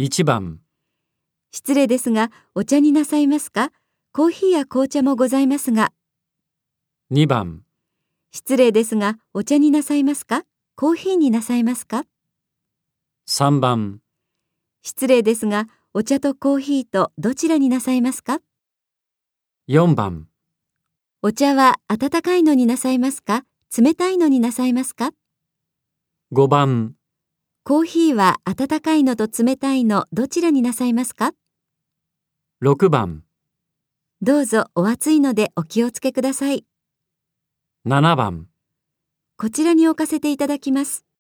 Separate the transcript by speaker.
Speaker 1: 1番、
Speaker 2: 失礼ですが、お茶になさいますか？コーヒーや紅茶もございますが。
Speaker 1: 2番、
Speaker 2: 失礼ですが、お茶になさいますか？コーヒーになさいますか？
Speaker 1: 3番、
Speaker 2: 失礼ですが、お茶とコーヒーとどちらになさいますか？
Speaker 1: 4番、
Speaker 2: お茶は温かいのになさいますか？冷たいのになさいますか？
Speaker 1: 5番、
Speaker 2: コーヒーは温かいのと冷たいのどちらになさいますか？
Speaker 1: 6番、
Speaker 2: どうぞお熱いのでお気をつけください。
Speaker 1: 7番。
Speaker 2: こちらに置かせていただきます。